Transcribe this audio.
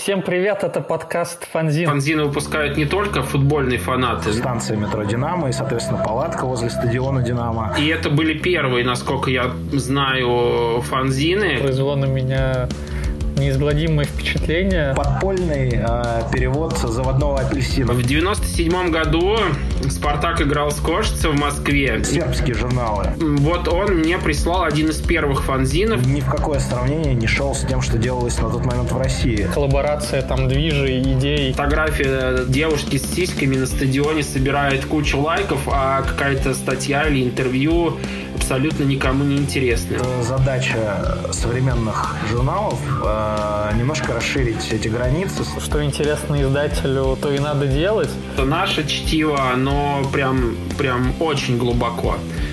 Всем привет, это подкаст «Фанзин». Фанзины выпускают не только футбольные фанаты. Станция метро «Динамо» и, соответственно, палатка возле стадиона «Динамо». И это были первые, насколько я знаю, фанзины. Произвело на меня неизгладимое впечатление. Подпольный перевод заводного апельсина. В 97 году «Спартак» играл с Кошице в Москве. Сербские журналы. Вот он мне прислал один из первых фанзинов. Ни в какое сравнение не шел с тем, что делалось на тот момент в России. Коллаборация там движей, идей. Фотография девушки с сиськами на стадионе собирает кучу лайков, а какая-то статья или интервью абсолютно никому не интересна. Задача современных журналов немножко расширить эти границы. Что интересно издателю, то и надо делать. Наше чтиво, оно прям очень глубоко.